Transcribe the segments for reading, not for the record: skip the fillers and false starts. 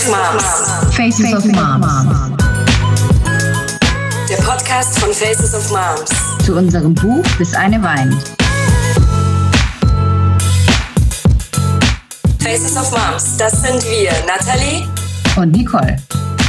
of Moms. Faces of Moms. Der Podcast von Faces of Moms. Zu unserem Buch Bis eine weint. Faces of Moms, das sind wir, Nathalie und Nicole.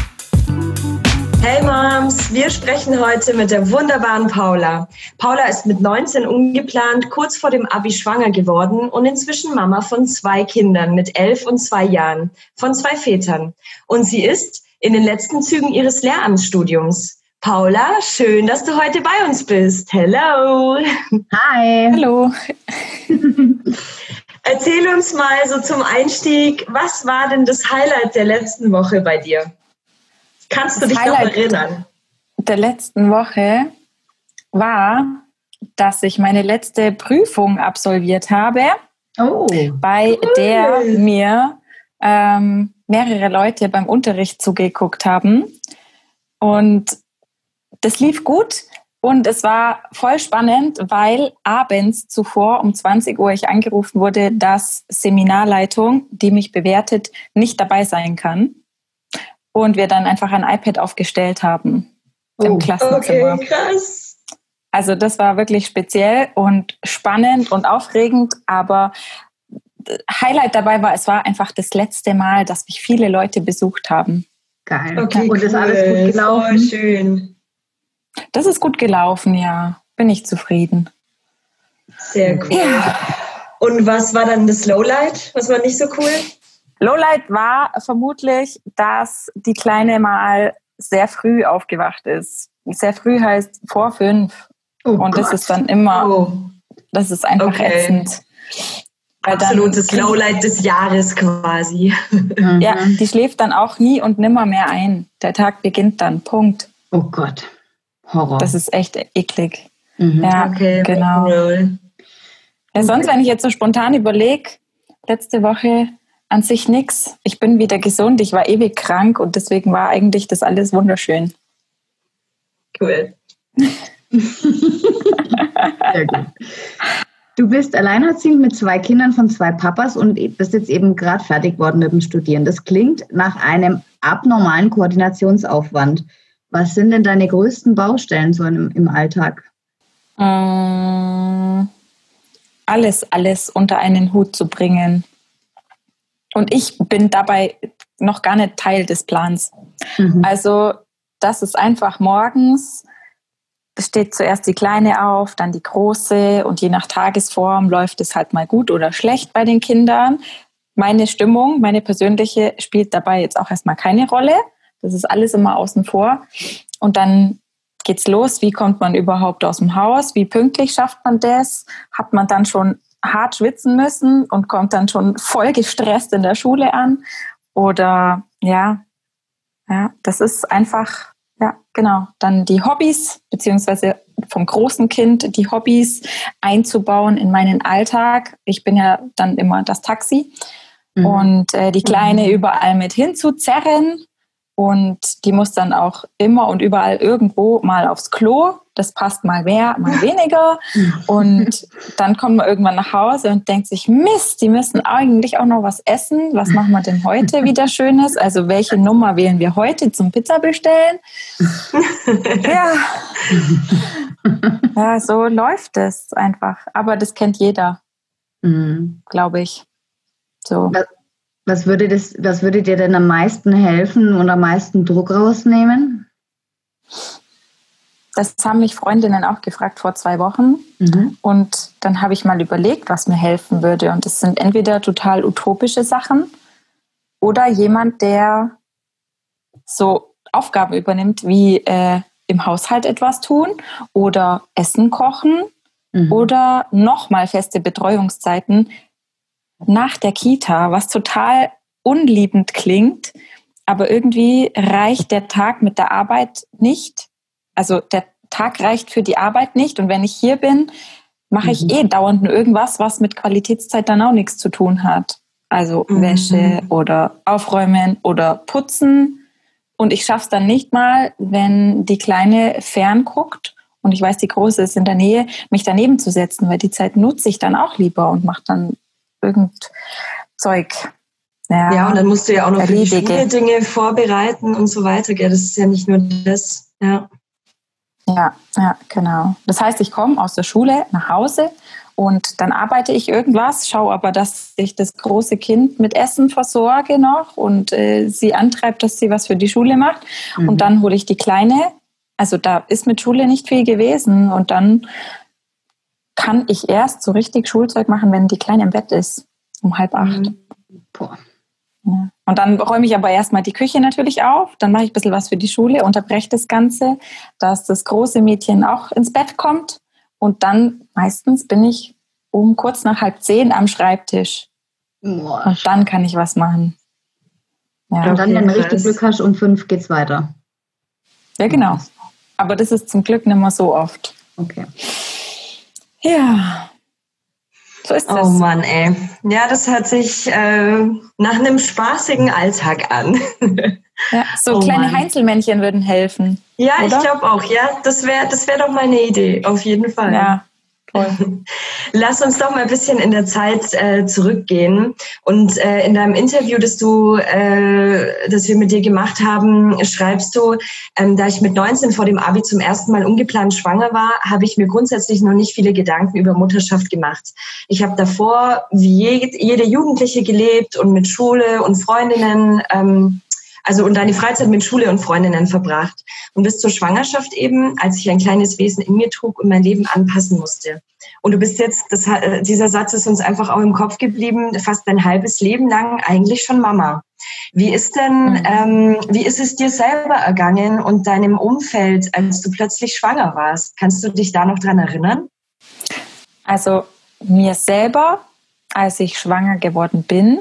Hey Moms, wir sprechen heute mit der wunderbaren Paula. Paula ist mit 19 ungeplant kurz vor dem Abi schwanger geworden und inzwischen Mama von 2 Kindern mit 11 und 2 Jahren, von 2 Vätern. Und sie ist in den letzten Zügen ihres Lehramtsstudiums. Paula, schön, dass du heute bei uns bist. Hello. Hi. Hallo. Erzähl uns mal so zum Einstieg, was war denn das Highlight der letzten Woche bei dir? Kannst du dich noch erinnern? Der letzten Woche war, dass ich meine letzte Prüfung absolviert habe, bei der mir mehrere Leute beim Unterricht zugeguckt haben. Und das lief gut und es war voll spannend, weil abends zuvor um 20 Uhr ich angerufen wurde, dass Seminarleitung, die mich bewertet, nicht dabei sein kann. Und wir dann einfach ein iPad aufgestellt haben im Klassenzimmer. Okay, krass. Also das war wirklich speziell und spannend und aufregend, aber Highlight dabei war, es war einfach das letzte Mal, dass mich viele Leute besucht haben. Geil. Okay, und ist alles gut gelaufen? Voll schön. Das ist gut gelaufen, ja. Bin ich zufrieden. Sehr cool. Ja. Und was war dann das Lowlight? Was war nicht so cool? Lowlight war vermutlich, dass die Kleine mal sehr früh aufgewacht ist. Sehr früh heißt vor 5. Und das ist dann immer, das ist einfach ätzend. Absolutes Lowlight des Jahres quasi. Ja, die schläft dann auch nie und nimmer mehr ein. Der Tag beginnt dann, Punkt. Oh Gott, Horror. Das ist echt eklig. Mhm. Ja, Okay, genau. Ja, sonst, wenn ich jetzt so spontan überlege, letzte Woche an sich nix. Ich bin wieder gesund, ich war ewig krank und deswegen war eigentlich das alles wunderschön. Cool. Sehr gut. Du bist alleinerziehend mit 2 Kindern von 2 Papas und bist jetzt eben gerade fertig geworden mit dem Studieren. Das klingt nach einem abnormalen Koordinationsaufwand. Was sind denn deine größten Baustellen so im Alltag? Alles unter einen Hut zu bringen. Und ich bin dabei noch gar nicht Teil des Plans. Also das ist einfach morgens, steht zuerst die Kleine auf, dann die Große und je nach Tagesform läuft es halt mal gut oder schlecht bei den Kindern. Meine Stimmung, meine persönliche, spielt dabei jetzt auch erstmal keine Rolle. Das ist alles immer außen vor. Und dann geht's los. Wie kommt man überhaupt aus dem Haus? Wie pünktlich schafft man das? Hat man dann schon hart schwitzen müssen und kommt dann schon voll gestresst in der Schule an? Oder ja, das ist einfach, ja, genau. Dann die Hobbys, beziehungsweise vom großen Kind die Hobbys einzubauen in meinen Alltag. Ich bin ja dann immer das Taxi und die Kleine überall mit hinzuzerren. Und die muss dann auch immer und überall irgendwo mal aufs Klo. Das passt mal mehr, mal weniger. Und dann kommt man irgendwann nach Hause und denkt sich, Mist, die müssen eigentlich auch noch was essen. Was machen wir denn heute wieder Schönes? Also welche Nummer wählen wir heute zum Pizza bestellen? Ja, so läuft es einfach. Aber das kennt jeder, glaube ich. So. Was würde dir denn am meisten helfen und am meisten Druck rausnehmen? Das haben mich Freundinnen auch gefragt vor 2 Wochen. Und dann habe ich mal überlegt, was mir helfen würde. Und das sind entweder total utopische Sachen oder jemand, der so Aufgaben übernimmt, wie im Haushalt etwas tun oder Essen kochen oder nochmal feste Betreuungszeiten nach der Kita, was total unliebend klingt, aber irgendwie reicht der Tag mit der Arbeit nicht. Also der Tag reicht für die Arbeit nicht und wenn ich hier bin, mache ich dauernd nur irgendwas, was mit Qualitätszeit dann auch nichts zu tun hat. Also Wäsche oder Aufräumen oder Putzen und ich schaffe es dann nicht mal, wenn die Kleine fern guckt und ich weiß, die Große ist in der Nähe, mich daneben zu setzen, weil die Zeit nutze ich dann auch lieber und mache dann irgend Zeug. Ja, und dann musst du ja auch noch erledige. für die Schule Dinge vorbereiten und so weiter. Gell? Das ist ja nicht nur das. Ja, genau. Das heißt, ich komme aus der Schule nach Hause und dann arbeite ich irgendwas, schaue aber, dass ich das große Kind mit Essen versorge noch und sie antreibt, dass sie was für die Schule macht. Und dann hole ich die Kleine. Also da ist mit Schule nicht viel gewesen. Und dann kann ich erst so richtig Schulzeug machen, wenn die Kleine im Bett ist, um 7:30. Boah. Ja. Und dann räume ich aber erstmal die Küche natürlich auf, dann mache ich ein bisschen was für die Schule, unterbreche das Ganze, dass das große Mädchen auch ins Bett kommt und dann meistens bin ich um kurz nach 9:30 am Schreibtisch. Boah. Und dann kann ich was machen. Ja, Und dann, wenn du Okay, richtig krass. Glück hast, um 5 geht's weiter. ja genau. Aber das ist zum Glück nicht mehr so oft. Okay. Ja, so ist Oh es. Mann, ey. Ja, das hört sich nach einem spaßigen Alltag an. Ja, so Oh kleine Mann. Heinzelmännchen würden helfen. Ja, Oder? ich glaube auch. Ja, das wär doch meine Idee, auf jeden Fall. Ja, toll. Lass uns doch mal ein bisschen in der Zeit zurückgehen. Und in deinem Interview, das wir mit dir gemacht haben, schreibst du, da ich mit 19 vor dem Abi zum ersten Mal ungeplant schwanger war, habe ich mir grundsätzlich noch nicht viele Gedanken über Mutterschaft gemacht. Ich habe davor wie jede Jugendliche gelebt und mit Schule und Freundinnen, und deine Freizeit mit Schule und Freundinnen verbracht. Und bis zur Schwangerschaft eben, als ich ein kleines Wesen in mir trug und mein Leben anpassen musste. Und du bist jetzt, dieser Satz ist uns einfach auch im Kopf geblieben, fast dein halbes Leben lang eigentlich schon Mama. Wie ist es dir selber ergangen und deinem Umfeld, als du plötzlich schwanger warst? Kannst du dich da noch dran erinnern? Also mir selber, als ich schwanger geworden bin,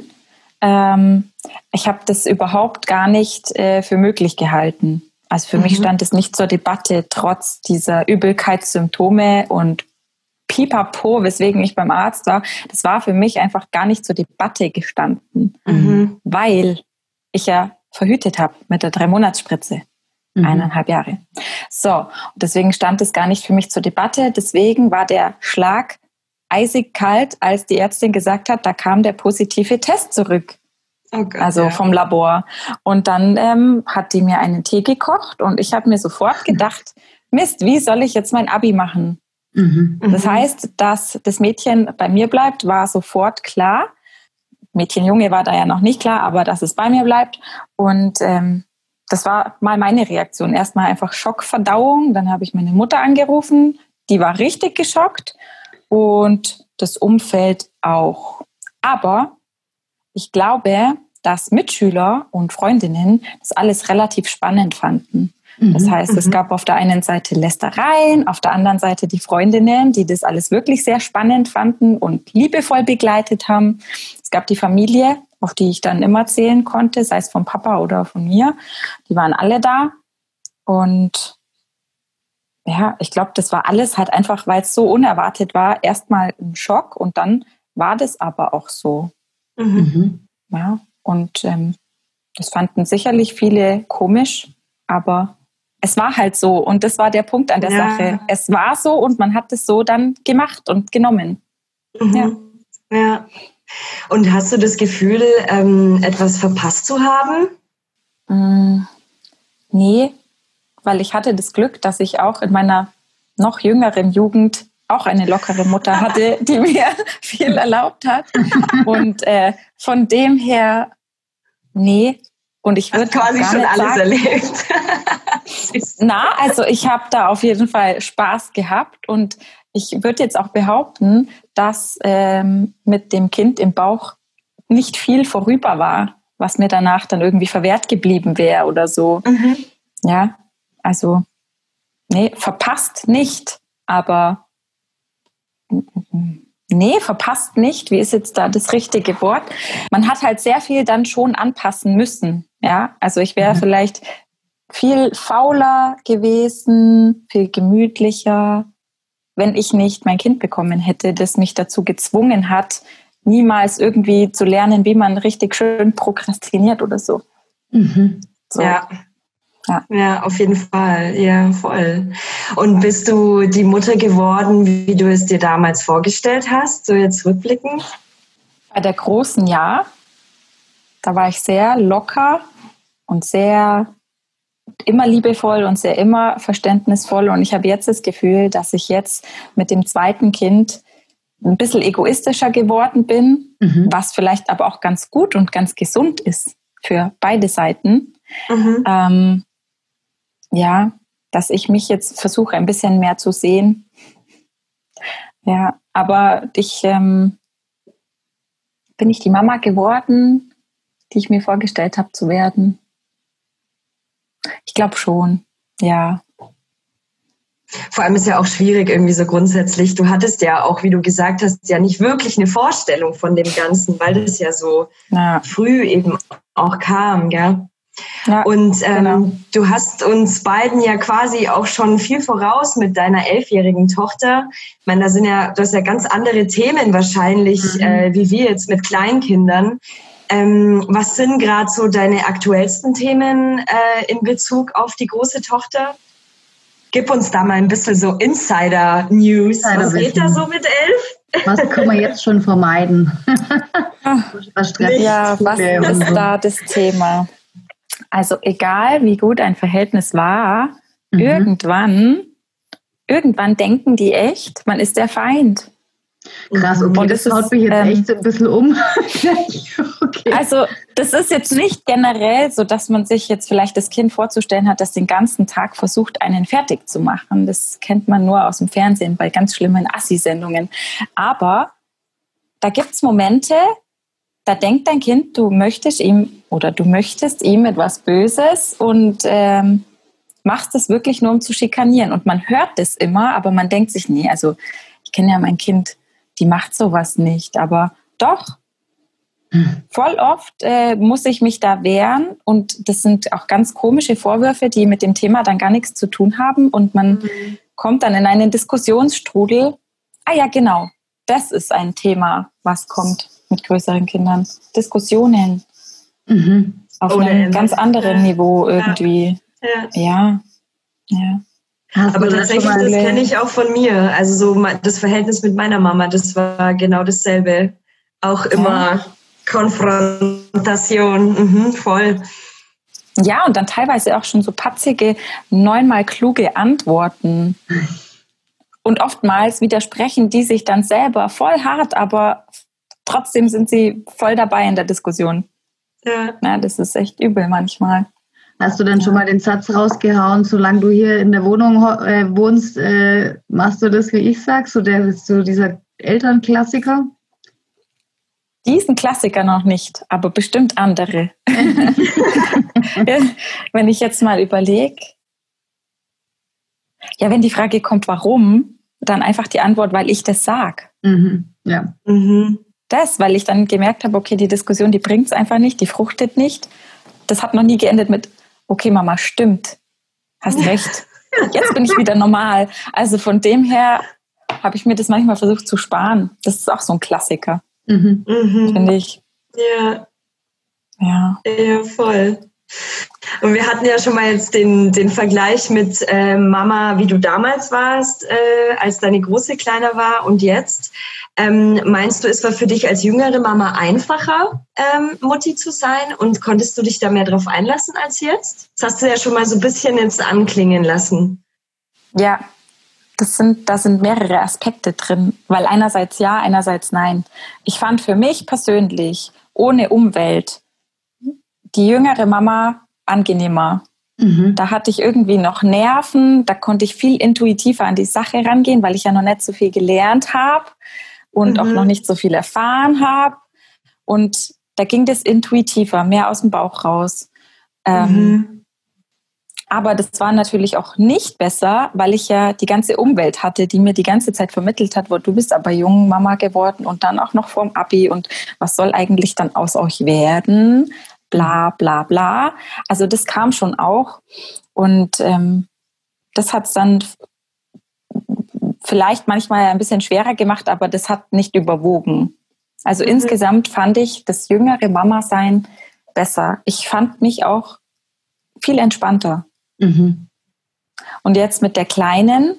ich habe das überhaupt gar nicht für möglich gehalten. Also für mich stand es nicht zur Debatte, trotz dieser Übelkeitssymptome und Pipapo, weswegen ich beim Arzt war. Das war für mich einfach gar nicht zur Debatte gestanden, weil ich ja verhütet habe mit der 3-Monats-Spritze. 1,5 Jahre. So, und deswegen stand es gar nicht für mich zur Debatte. Deswegen war der Schlag eisig kalt, als die Ärztin gesagt hat, da kam der positive Test zurück. Oh Gott, Also vom Labor. Und dann hat die mir einen Tee gekocht und ich habe mir sofort gedacht, Mist, wie soll ich jetzt mein Abi machen? Das heißt, dass das Mädchen bei mir bleibt, war sofort klar. Mädchen, Junge war da ja noch nicht klar, aber dass es bei mir bleibt. Und das war mal meine Reaktion. Erstmal einfach Schockverdauung. Dann habe ich meine Mutter angerufen. Die war richtig geschockt. Und das Umfeld auch. Aber ich glaube, dass Mitschüler und Freundinnen das alles relativ spannend fanden. Das heißt, es gab auf der einen Seite Lästereien, auf der anderen Seite die Freundinnen, die das alles wirklich sehr spannend fanden und liebevoll begleitet haben. Es gab die Familie, auf die ich dann immer zählen konnte, sei es vom Papa oder von mir. Die waren alle da. Und ja, ich glaube, das war alles halt einfach, weil es so unerwartet war, erstmal ein Schock und dann war das aber auch so. Ja, und das fanden sicherlich viele komisch, aber es war halt so und das war der Punkt an der Sache. Es war so und man hat es so dann gemacht und genommen. Ja. Und hast du das Gefühl, etwas verpasst zu haben? Nee, weil ich hatte das Glück, dass ich auch in meiner noch jüngeren Jugend auch eine lockere Mutter hatte, die mir viel erlaubt hat. Und von dem her, nee. Und ich würde quasi gar schon nicht alles sagen, erlebt. also ich habe da auf jeden Fall Spaß gehabt und ich würde jetzt auch behaupten, dass mit dem Kind im Bauch nicht viel vorüber war, was mir danach dann irgendwie verwehrt geblieben wäre oder so. Ja, also nee, verpasst nicht, aber nee, verpasst nicht. Wie ist jetzt da das richtige Wort? Man hat halt sehr viel dann schon anpassen müssen. Ja, also ich wäre vielleicht viel fauler gewesen, viel gemütlicher, wenn ich nicht mein Kind bekommen hätte, das mich dazu gezwungen hat, niemals irgendwie zu lernen, wie man richtig schön prokrastiniert oder so. So. Ja, auf jeden Fall. Ja, voll. Und bist du die Mutter geworden, wie du es dir damals vorgestellt hast, so jetzt rückblickend? Bei der großen ja. Da war ich sehr locker und sehr immer liebevoll und sehr immer verständnisvoll. Und ich habe jetzt das Gefühl, dass ich jetzt mit dem zweiten Kind ein bisschen egoistischer geworden bin, was vielleicht aber auch ganz gut und ganz gesund ist für beide Seiten. Ja, dass ich mich jetzt versuche, ein bisschen mehr zu sehen. Ja, aber bin ich die Mama geworden, die ich mir vorgestellt habe zu werden? Ich glaube schon, ja. Vor allem ist ja auch schwierig irgendwie so grundsätzlich. Du hattest ja auch, wie du gesagt hast, ja nicht wirklich eine Vorstellung von dem Ganzen, weil das ja so früh eben auch kam, gell? Ja, und genau. Du hast uns beiden ja quasi auch schon viel voraus mit deiner 11-jährigen Tochter. Ich meine, du hast ja ganz andere Themen wahrscheinlich, wie wir jetzt mit Kleinkindern. Was sind gerade so deine aktuellsten Themen in Bezug auf die große Tochter? Gib uns da mal ein bisschen so Insider-News. Was geht da so mit 11? Was können wir jetzt schon vermeiden? Was ist da das Thema? Also egal, wie gut ein Verhältnis war, irgendwann denken die echt, man ist der Feind. Krass, okay, und das haut mich jetzt echt ein bisschen um. Okay. Also das ist jetzt nicht generell so, dass man sich jetzt vielleicht das Kind vorzustellen hat, das den ganzen Tag versucht, einen fertig zu machen. Das kennt man nur aus dem Fernsehen bei ganz schlimmen Assi-Sendungen. Aber da gibt es Momente, da denkt dein Kind, du möchtest ihm etwas Böses und machst es wirklich nur, um zu schikanieren. Und man hört das immer, aber man denkt sich, nee, also ich kenne ja mein Kind, die macht sowas nicht. Aber doch, voll oft muss ich mich da wehren und das sind auch ganz komische Vorwürfe, die mit dem Thema dann gar nichts zu tun haben und man kommt dann in einen Diskussionsstrudel. Ah ja, genau, das ist ein Thema, was kommt mit größeren Kindern. Diskussionen auf einem ganz anderen Niveau irgendwie. Ja. Aber tatsächlich, das kenne ich auch von mir. Also so das Verhältnis mit meiner Mama, das war genau dasselbe. Auch immer Konfrontation, voll. Ja, und dann teilweise auch schon so patzige, 9-mal kluge Antworten. Und oftmals widersprechen die sich dann selber voll hart, aber trotzdem sind sie voll dabei in der Diskussion. Ja, das ist echt übel manchmal. Hast du denn schon mal den Satz rausgehauen, solange du hier in der Wohnung wohnst, machst du das, wie ich sag? So dieser Elternklassiker? Diesen Klassiker noch nicht, aber bestimmt andere. Wenn ich jetzt mal überlege, ja, wenn die Frage kommt, warum, dann einfach die Antwort, weil ich das sag. Ja. Das, weil ich dann gemerkt habe, okay, die Diskussion, die bringt es einfach nicht, die fruchtet nicht. Das hat noch nie geendet mit, okay, Mama, stimmt, hast recht, jetzt bin ich wieder normal. Also von dem her habe ich mir das manchmal versucht zu sparen. Das ist auch so ein Klassiker, finde ich. Ja, voll. Und wir hatten ja schon mal jetzt den Vergleich mit Mama, wie du damals warst, als deine Große kleiner war und jetzt. Meinst du, es war für dich als jüngere Mama einfacher, Mutti zu sein und konntest du dich da mehr drauf einlassen als jetzt? Das hast du ja schon mal so ein bisschen jetzt anklingen lassen. Ja, da sind mehrere Aspekte drin, weil einerseits ja, einerseits nein. Ich fand für mich persönlich ohne Umwelt die jüngere Mama angenehmer. Da hatte ich irgendwie noch Nerven, da konnte ich viel intuitiver an die Sache rangehen, weil ich ja noch nicht so viel gelernt habe und auch noch nicht so viel erfahren habe. Und da ging das intuitiver, mehr aus dem Bauch raus. Aber das war natürlich auch nicht besser, weil ich ja die ganze Umwelt hatte, die mir die ganze Zeit vermittelt hat, du bist aber jung Mama geworden und dann auch noch vorm Abi und was soll eigentlich dann aus euch werden? Bla bla bla. Also das kam schon auch und das hat es dann vielleicht manchmal ein bisschen schwerer gemacht, aber das hat nicht überwogen. Also insgesamt fand ich das jüngere Mama-Sein besser. Ich fand mich auch viel entspannter. Und jetzt mit der Kleinen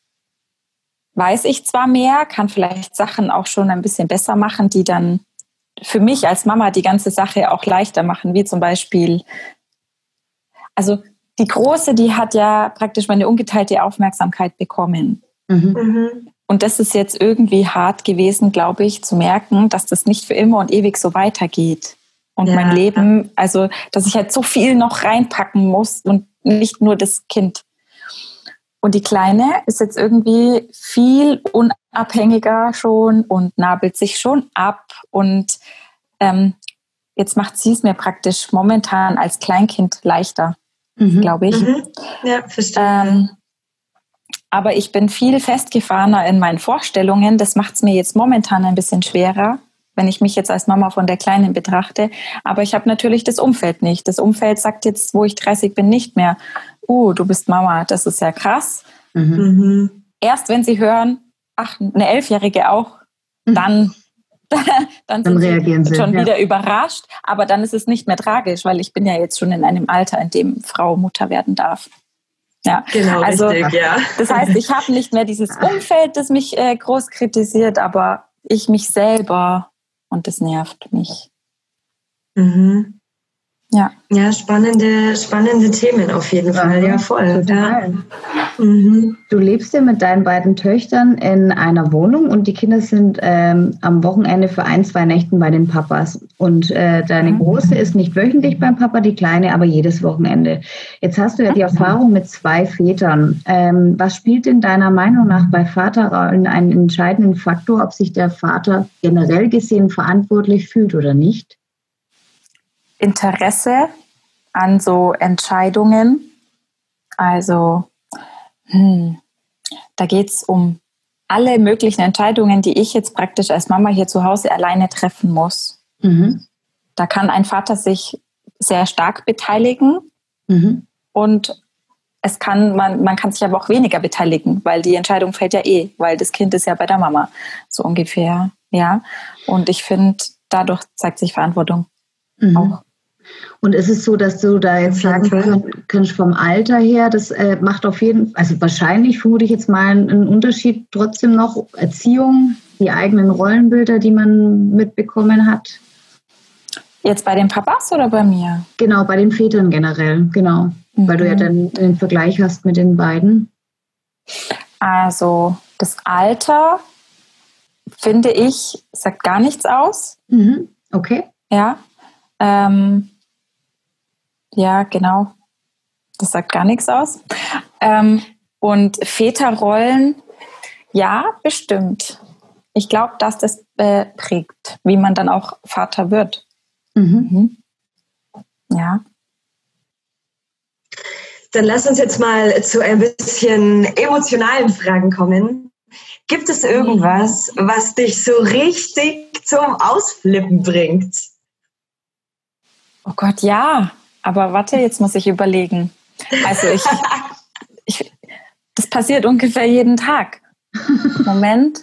weiß ich zwar mehr, kann vielleicht Sachen auch schon ein bisschen besser machen, die dann für mich als Mama die ganze Sache auch leichter machen, wie zum Beispiel, also die Große, die hat ja praktisch meine ungeteilte Aufmerksamkeit bekommen. Und das ist jetzt irgendwie hart gewesen, glaube ich, zu merken, dass das nicht für immer und ewig so weitergeht. Und mein Leben, also dass ich halt so viel noch reinpacken muss und nicht nur das Kind. Und die Kleine ist jetzt irgendwie viel unabhängiger schon und nabelt sich schon ab. Und jetzt macht sie es mir praktisch momentan als Kleinkind leichter, glaube ich. Ja, verstehe. Aber ich bin viel festgefahrener in meinen Vorstellungen. Das macht es mir jetzt momentan ein bisschen schwerer, wenn ich mich jetzt als Mama von der Kleinen betrachte. Aber ich habe natürlich das Umfeld nicht. Das Umfeld sagt jetzt, wo ich 30 bin, nicht mehr, du bist Mama, das ist ja krass. Erst wenn sie hören, ach, eine 11-Jährige auch, dann sind reagieren sie schon wieder überrascht. Aber dann ist es nicht mehr tragisch, weil ich bin ja jetzt schon in einem Alter, in dem Frau Mutter werden darf. Ja, genau, also, richtig, ja. Das heißt, ich habe nicht mehr dieses Umfeld, das mich groß kritisiert, aber ich mich selber und das nervt mich. Ja. Ja, spannende Themen auf jeden Fall, ja voll. Total. Du lebst ja mit deinen beiden Töchtern in einer Wohnung und die Kinder sind am Wochenende für 1-2 Nächten bei den Papas. Und deine Große ist nicht wöchentlich beim Papa, die Kleine aber jedes Wochenende. Jetzt hast du ja die Erfahrung mit 2 Vätern. Was spielt in deiner Meinung nach bei Vaterrollen einen entscheidenden Faktor, ob sich der Vater generell gesehen verantwortlich fühlt oder nicht? Interesse an so Entscheidungen. Also da geht es um alle möglichen Entscheidungen, die ich jetzt praktisch als Mama hier zu Hause alleine treffen muss. Da kann ein Vater sich sehr stark beteiligen und man kann sich aber auch weniger beteiligen, weil die Entscheidung fällt ja weil das Kind ist ja bei der Mama, so ungefähr. Ja. Und ich finde, dadurch zeigt sich Verantwortung auch. Und ist es so, dass du da jetzt sagen kannst, vom Alter her, das macht auf jeden Fall, also wahrscheinlich vermute ich jetzt mal einen Unterschied trotzdem noch, Erziehung, die eigenen Rollenbilder, die man mitbekommen hat? Jetzt bei den Papas oder bei mir? Genau, bei den Vätern generell, genau. Weil du ja dann den Vergleich hast mit den beiden. Also das Alter, finde ich, sagt gar nichts aus. Okay. Ja. Ja, genau. Das sagt gar nichts aus. Und Väterrollen, ja, bestimmt. Ich glaube, dass das prägt, wie man dann auch Vater wird. Ja. Dann lass uns jetzt mal zu ein bisschen emotionalen Fragen kommen. Gibt es irgendwas, was dich so richtig zum Ausflippen bringt? Oh Gott, ja. Aber warte, jetzt muss ich überlegen. Also das passiert ungefähr jeden Tag. Moment.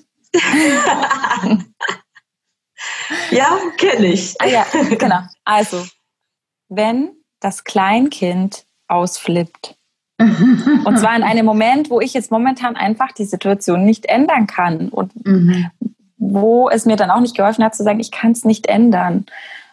Ja, kenne ich. Ja, genau. Also, wenn das Kleinkind ausflippt. Und zwar in einem Moment, wo ich jetzt momentan einfach die Situation nicht ändern kann. Und wo es mir dann auch nicht geholfen hat, zu sagen, ich kann es nicht ändern.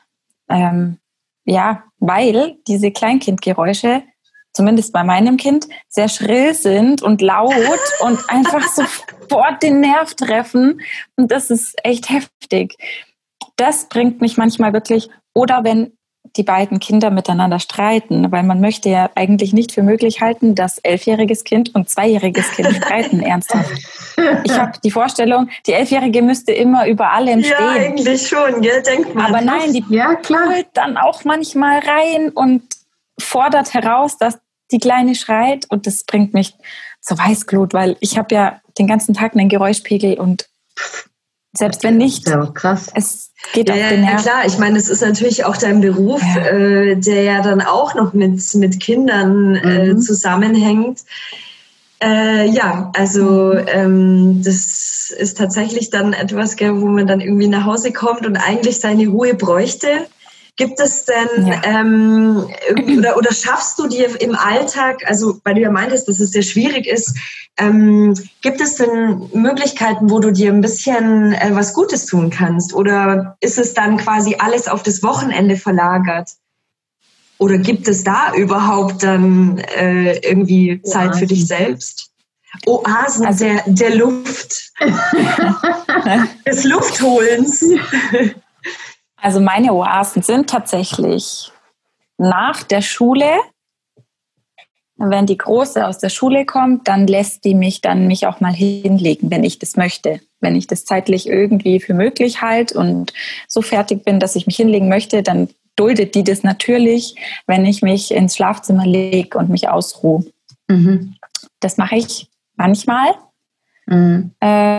Ja, weil diese Kleinkindgeräusche, zumindest bei meinem Kind, sehr schrill sind und laut und einfach sofort den Nerv treffen. Und das ist echt heftig. Das bringt mich manchmal wirklich, oder wenn die beiden Kinder miteinander streiten, weil man möchte ja eigentlich nicht für möglich halten, dass 11-jähriges Kind und 2-jähriges Kind streiten, ernsthaft. Ich habe die Vorstellung, die 11-Jährige müsste immer über allem stehen. Ja, eigentlich schon, gell, denkt man. Aber nein, die holt dann auch manchmal rein und fordert heraus, dass die Kleine schreit, und das bringt mich zur Weißglut, weil ich habe ja den ganzen Tag einen Geräuschpegel und selbst wenn nicht, krass. Es geht auf den Nerv. Ja, klar. Ich meine, das ist natürlich auch dein Beruf, der ja dann auch noch mit Kindern zusammenhängt. Ja, also das ist tatsächlich dann etwas, wo man dann irgendwie nach Hause kommt und eigentlich seine Ruhe bräuchte. Gibt es denn, oder schaffst du dir im Alltag, also weil du ja meintest, dass es sehr schwierig ist, gibt es denn Möglichkeiten, wo du dir ein bisschen was Gutes tun kannst? Oder ist es dann quasi alles auf das Wochenende verlagert? Oder gibt es da überhaupt dann irgendwie Zeit für dich selbst? Oasen also, der Luft, des Luftholens. Also meine Oasen sind tatsächlich nach der Schule. Wenn die Große aus der Schule kommt, dann lässt die mich auch mal hinlegen, wenn ich das möchte. Wenn ich das zeitlich irgendwie für möglich halte und so fertig bin, dass ich mich hinlegen möchte, dann duldet die das natürlich, wenn ich mich ins Schlafzimmer lege und mich ausruhe. Mhm. Das mache ich manchmal. Mhm.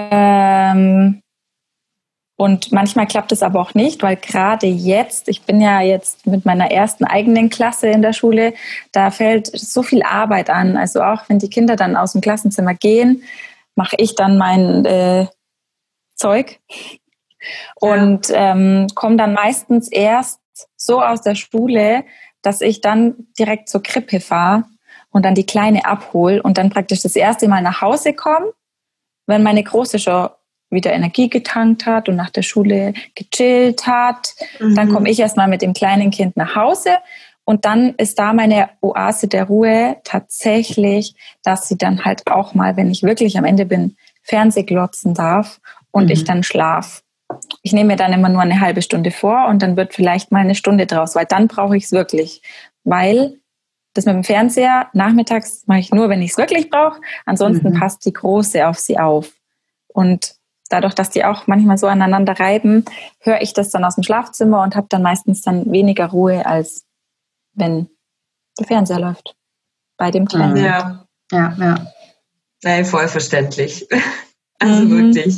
Und manchmal klappt es aber auch nicht, weil gerade jetzt, ich bin ja jetzt mit meiner ersten eigenen Klasse in der Schule, da fällt so viel Arbeit an. Also auch wenn die Kinder dann aus dem Klassenzimmer gehen, mache ich dann mein Zeug und komme dann meistens erst so aus der Schule, dass ich dann direkt zur Krippe fahre und dann die Kleine abhole und dann praktisch das erste Mal nach Hause komme, wenn meine Große schon wieder Energie getankt hat und nach der Schule gechillt hat. Mhm. Dann komme ich erstmal mit dem kleinen Kind nach Hause und dann ist da meine Oase der Ruhe tatsächlich, dass sie dann halt auch mal, wenn ich wirklich am Ende bin, Fernseh glotzen darf und ich dann schlafe. Ich nehme mir dann immer nur eine halbe Stunde vor und dann wird vielleicht mal eine Stunde draus, weil dann brauche ich es wirklich. Weil das mit dem Fernseher nachmittags mache ich nur, wenn ich es wirklich brauche. Ansonsten passt die Große auf sie auf. Und dadurch, dass die auch manchmal so aneinander reiben, höre ich das dann aus dem Schlafzimmer und habe dann meistens dann weniger Ruhe, als wenn der Fernseher läuft. Bei dem Kleinen. Ja. Nein, voll verständlich. Also wirklich.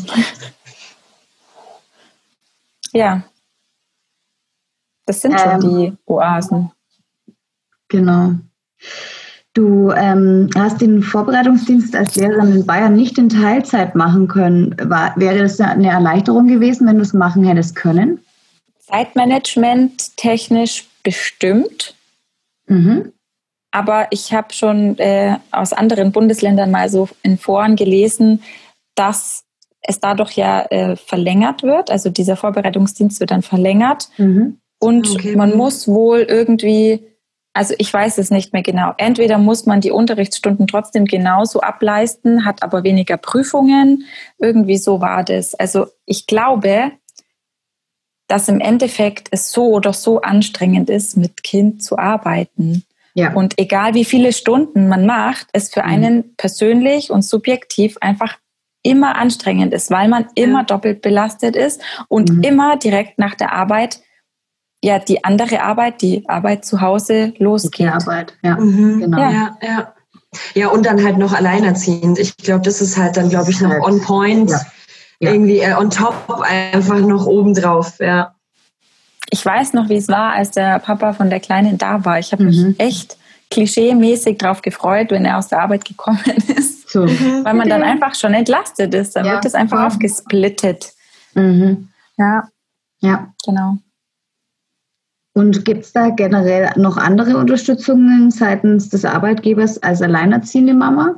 Ja. Das sind schon die Oasen. Genau. Du hast den Vorbereitungsdienst als Lehrerin in Bayern nicht in Teilzeit machen können. Wäre das eine Erleichterung gewesen, wenn du es machen hättest können? Zeitmanagement technisch bestimmt. Mhm. Aber ich habe schon aus anderen Bundesländern mal so in Foren gelesen, dass es dadurch ja verlängert wird. Also dieser Vorbereitungsdienst wird dann verlängert. Mhm. Und man muss wohl irgendwie... Also ich weiß es nicht mehr genau. Entweder muss man die Unterrichtsstunden trotzdem genauso ableisten, hat aber weniger Prüfungen. Irgendwie so war das. Also ich glaube, dass im Endeffekt es so oder so anstrengend ist, mit Kind zu arbeiten. Ja. Und egal wie viele Stunden man macht, es für einen persönlich und subjektiv einfach immer anstrengend ist, weil man immer doppelt belastet ist und immer direkt nach der Arbeit die andere Arbeit, die Arbeit zu Hause losgeht. Die Arbeit, genau. Ja, und dann halt noch alleinerziehend. Ich glaube, das ist halt dann, glaube ich, noch on point, irgendwie on top, einfach noch obendrauf, ja. Ich weiß noch, wie es war, als der Papa von der Kleinen da war. Ich habe mich echt klischeemäßig drauf gefreut, wenn er aus der Arbeit gekommen ist. So. Weil man dann einfach schon entlastet ist. Dann wird das einfach aufgesplittet. Ja, genau. Und gibt es da generell noch andere Unterstützungen seitens des Arbeitgebers als alleinerziehende Mama?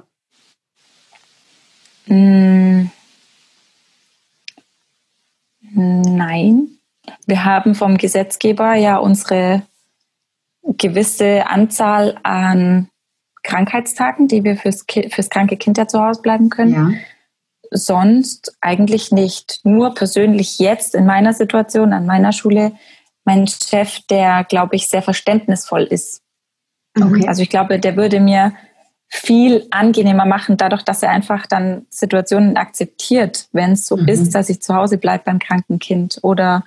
Nein. Wir haben vom Gesetzgeber ja unsere gewisse Anzahl an Krankheitstagen, die wir fürs kranke Kind ja zu Hause bleiben können. Ja. Sonst eigentlich nicht. Nur persönlich jetzt in meiner Situation an meiner Schule mein Chef, der, glaube ich, sehr verständnisvoll ist. Okay. Also ich glaube, der würde mir viel angenehmer machen, dadurch, dass er einfach dann Situationen akzeptiert, wenn es so ist, dass ich zu Hause bleibe beim kranken Kind oder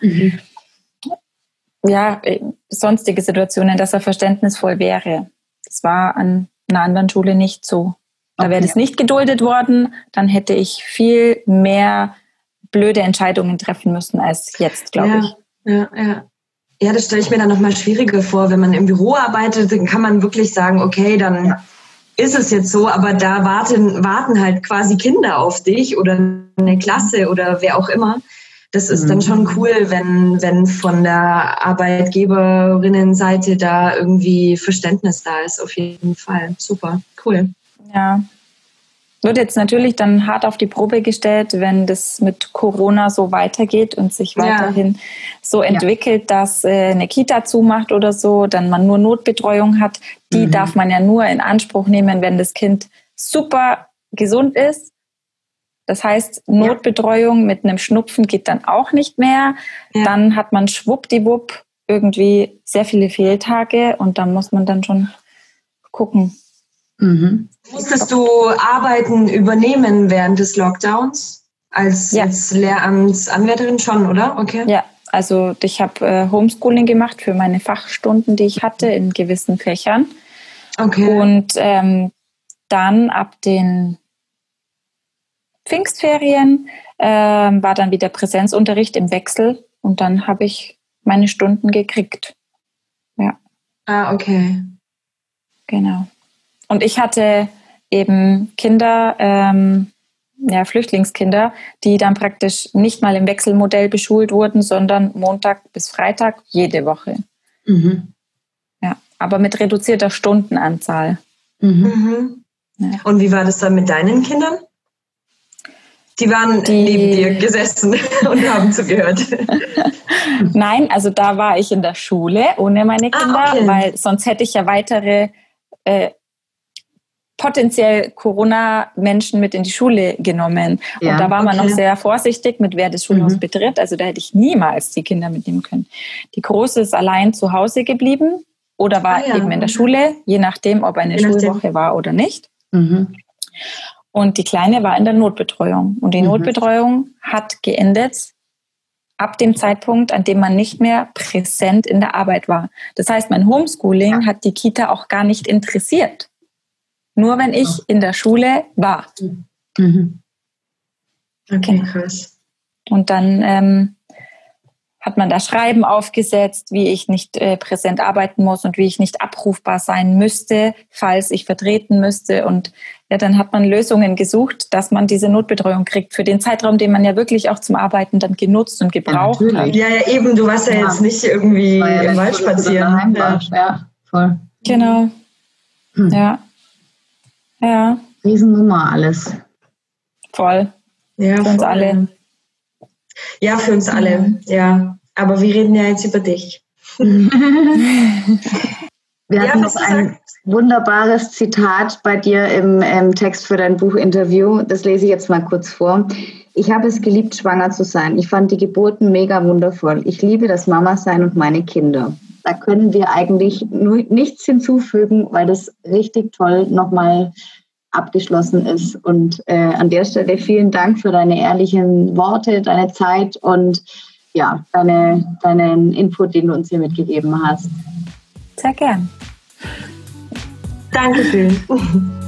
sonstige Situationen, dass er verständnisvoll wäre. Das war an einer anderen Schule nicht so. Da wäre das nicht geduldet worden, dann hätte ich viel mehr blöde Entscheidungen treffen müssen als jetzt, glaube ich. Ja, das stelle ich mir dann nochmal schwieriger vor. Wenn man im Büro arbeitet, dann kann man wirklich sagen, okay, dann ist es jetzt so, aber da warten halt quasi Kinder auf dich oder eine Klasse oder wer auch immer. Das ist dann schon cool, wenn von der Arbeitgeberinnenseite da irgendwie Verständnis da ist, auf jeden Fall. Super, cool. Ja. Wird jetzt natürlich dann hart auf die Probe gestellt, wenn das mit Corona so weitergeht und sich weiterhin so entwickelt, dass eine Kita zumacht oder so, dann man nur Notbetreuung hat. Die darf man ja nur in Anspruch nehmen, wenn das Kind super gesund ist. Das heißt, Notbetreuung mit einem Schnupfen geht dann auch nicht mehr. Ja. Dann hat man schwuppdiwupp irgendwie sehr viele Fehltage und da muss man dann schon gucken. Musstest du Arbeiten übernehmen während des Lockdowns als Lehramtsanwärterin schon, oder? Okay. Ja, also ich habe Homeschooling gemacht für meine Fachstunden, die ich hatte in gewissen Fächern. Okay. Und dann ab den Pfingstferien war dann wieder Präsenzunterricht im Wechsel und dann habe ich meine Stunden gekriegt. Ja. Ah, okay. Genau. Und ich hatte eben Kinder, Flüchtlingskinder, die dann praktisch nicht mal im Wechselmodell beschult wurden, sondern Montag bis Freitag jede Woche. Ja, aber mit reduzierter Stundenanzahl. Ja. Und wie war das dann mit deinen Kindern? Die waren neben dir gesessen und haben zugehört. Nein, also da war ich in der Schule ohne meine Kinder, weil sonst hätte ich ja weitere potenziell Corona-Menschen mit in die Schule genommen. Ja, und da war man noch sehr vorsichtig mit, wer das Schulhaus betritt. Also da hätte ich niemals die Kinder mitnehmen können. Die Große ist allein zu Hause geblieben oder war eben in der Schule, je nachdem, ob eine Schulwoche war oder nicht. Und die Kleine war in der Notbetreuung. Und die Notbetreuung hat geendet ab dem Zeitpunkt, an dem man nicht mehr präsent in der Arbeit war. Das heißt, mein Homeschooling hat die Kita auch gar nicht interessiert. Nur wenn ich in der Schule war. Okay, krass. Und dann hat man da Schreiben aufgesetzt, wie ich nicht präsent arbeiten muss und wie ich nicht abrufbar sein müsste, falls ich vertreten müsste. Und ja, dann hat man Lösungen gesucht, dass man diese Notbetreuung kriegt für den Zeitraum, den man ja wirklich auch zum Arbeiten dann genutzt und gebraucht hat. Ja, eben, du warst ja jetzt nicht irgendwie im Wald spazieren. Ja, voll. Genau. Ja. Riesennummer alles. Voll. Ja, für uns alle. Ja, für uns alle, ja. Aber wir reden ja jetzt über dich. Wir hatten noch ein wunderbares Zitat bei dir im Text für dein Buchinterview. Das lese ich jetzt mal kurz vor. Ich habe es geliebt, schwanger zu sein. Ich fand die Geburten mega wundervoll. Ich liebe das Mama-Sein und meine Kinder. Da können wir eigentlich nur nichts hinzufügen, weil das richtig toll nochmal abgeschlossen ist. Und an der Stelle vielen Dank für deine ehrlichen Worte, deine Zeit und ja, deinen Input, den du uns hier mitgegeben hast. Sehr gern. Dankeschön.